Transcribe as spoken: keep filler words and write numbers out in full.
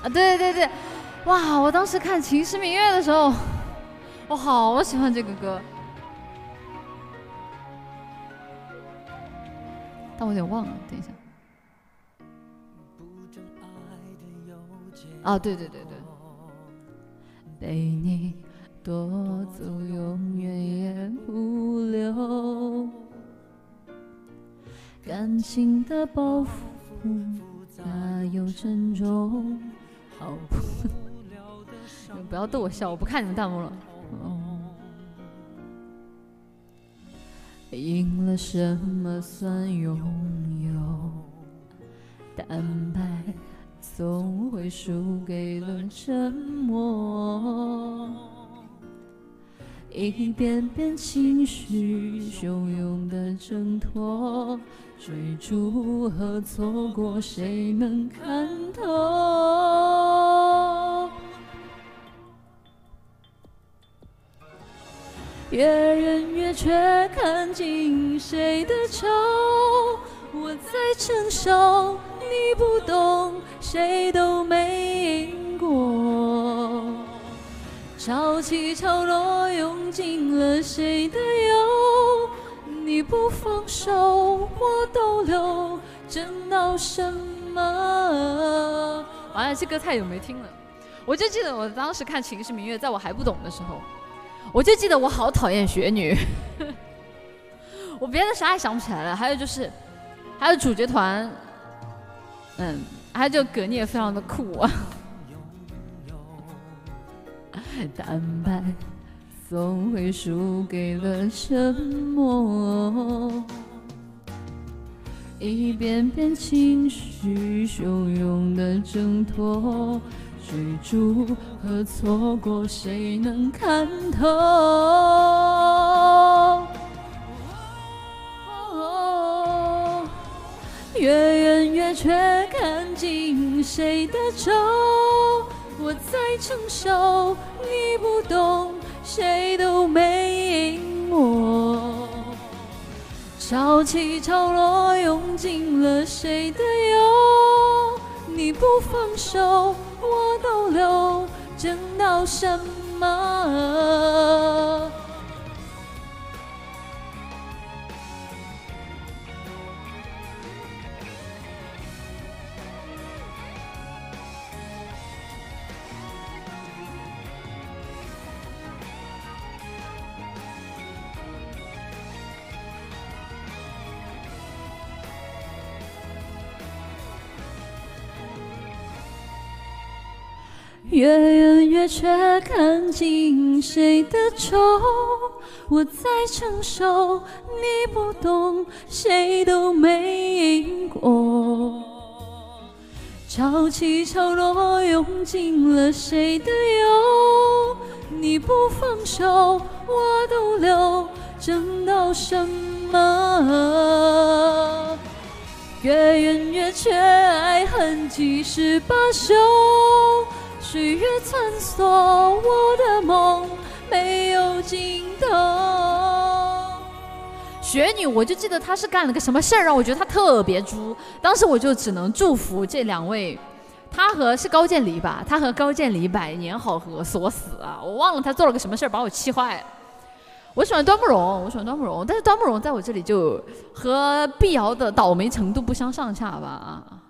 啊，对对对，哇！我当时看《秦时明月》的时候，我好喜欢这个歌，但我有点忘了，等一下。啊，对对对对，被你夺走，永远也不留，感情的包袱大又沉重。好，你们不要逗我笑，我不看你们弹幕了。嗯，赢了什么算拥有？坦白总会输给了沉默。一遍遍情绪汹涌的挣脱，追逐和错过，谁能看透？越忍越却看尽谁的愁，我在承受，你不懂，谁都没赢过。潮起潮落，用尽了谁的忧，你不放手，我逗留，争闹什么？完了，这歌太久没听了，我就记得我当时看《秦时明月》，在我还不懂的时候，我就记得我好讨厌雪女，我别的啥也想不起来了。还有就是，还有主角团，嗯，还有就葛聂非常的酷啊。坦白总会输给了沉默，一遍遍情绪汹涌的挣脱，追逐和错过，谁能看透？哦，越远越却看尽谁的愁，我在承受，你不懂，谁都没赢我。潮起潮落，用尽了谁的忧，你不放手，我逗留，争闹什么？越远越却看尽谁的愁，我在承受，你不懂，谁都没赢过。潮起潮落，用尽了谁的忧，你不放手，我逗留，争到什么？越远越却爱恨几十把手，岁月穿梭，我的梦没有尽头。雪女，我就记得她是干了个什么事儿，让我觉得她特别猪。当时我就只能祝福这两位，她和是高渐离吧，她和高渐离百年好合，锁死啊！我忘了她做了个什么事儿，把我气坏了。我喜欢端慕容，我喜欢端慕容，但是端慕容在我这里就和碧瑶的倒霉程度不相上下吧啊。